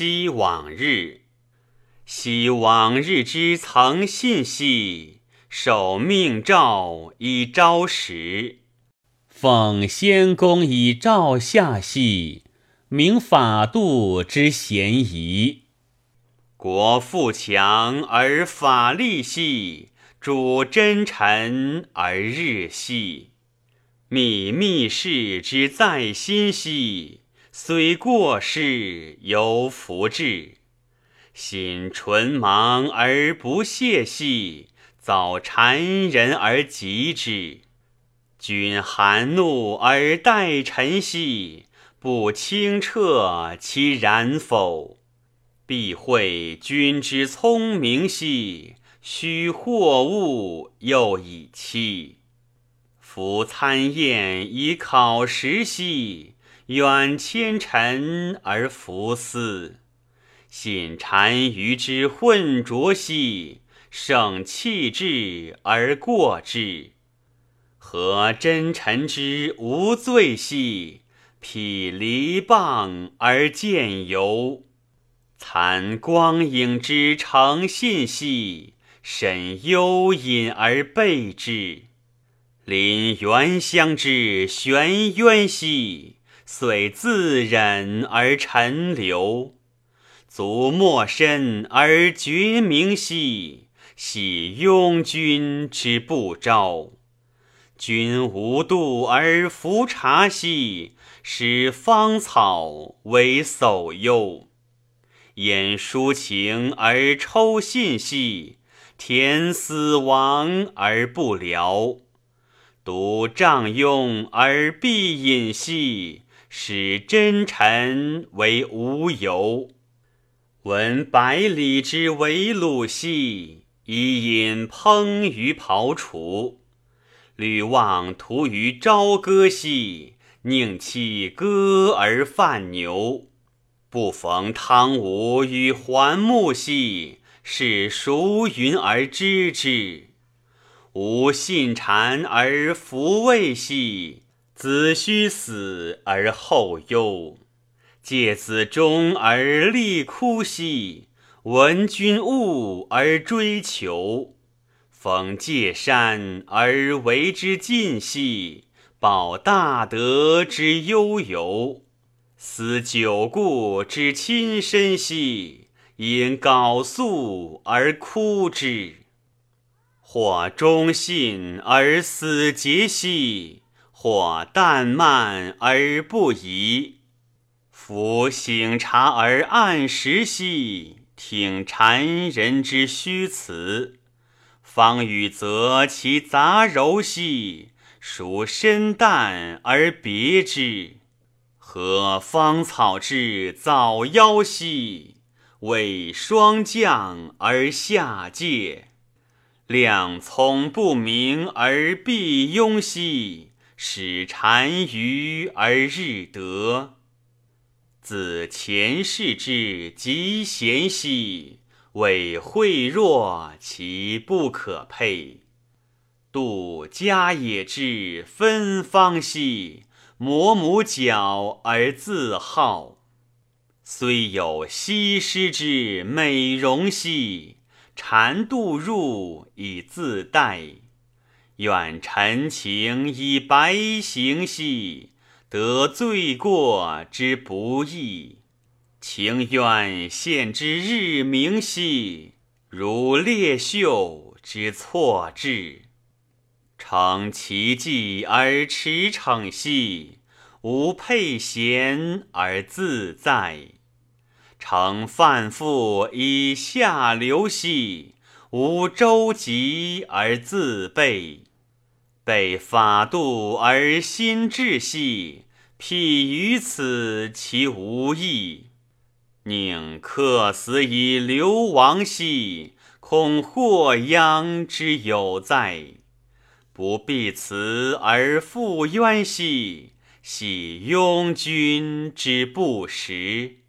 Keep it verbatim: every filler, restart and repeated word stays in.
惜往日。惜往日之曾信系，受命诏以昭时。奉先公以诏下系，明法度之嫌疑。国富强而法力细，主真臣而日系。秘密事之在心系，虽过世犹弗至。心纯盲而不泄系，早谗人而及之。君含怒而待臣系，不清澈其然否？必会君之聪明系，须货物又以期。夫参验以考实系，远千尘而弗思。信单于之混浊系，胜气质而过之。何真臣之无罪系，匹离谤而见尤。参光影之诚信系，审幽隐而备之。临原乡之玄渊系，遂自忍而陈留。足莫深而绝明系，系庸君之不招。君无度而服察系，使芳草为叟忧。言抒情而抽信系，填死亡而不聊。读丈庸而必隐系，使真臣为无尤。闻百里之围鲁系，以引烹于庖厨。吕望图于朝歌系，宁弃歌而犯牛。不逢汤武与桓穆系，是孰云而知之？吾信谗而弗畏系，子须死而后忧。戒子忠而立哭系，闻君恶而追求。逢戒善而为之尽系，报大德之悠游。思久故之亲身系，因缟素而哭之。或忠信而死节系，或怠慢而不疑。夫省察而按时系，听谗人之虚辞。方与则其杂糅系，孰深淡而别之？何芳草之早夭系，为霜降而下界。量聪不明而必庸系，使单于而日得。自前世之极贤系，为惠弱其不可配。度家也之芬芳系，磨母角而自好。虽有西施之美容系，谗妒入以自待。愿陈情以白行系，得罪过之不义。情愿献之日明系，如烈秀之错置。成其计而驰骋系，无佩贤而自在。成范复以下流系，无周急而自备。备法度而心志系，辟于此其无益。宁客死以流亡系，恐祸殃之有在。不必辞而复冤系，系庸君之不实。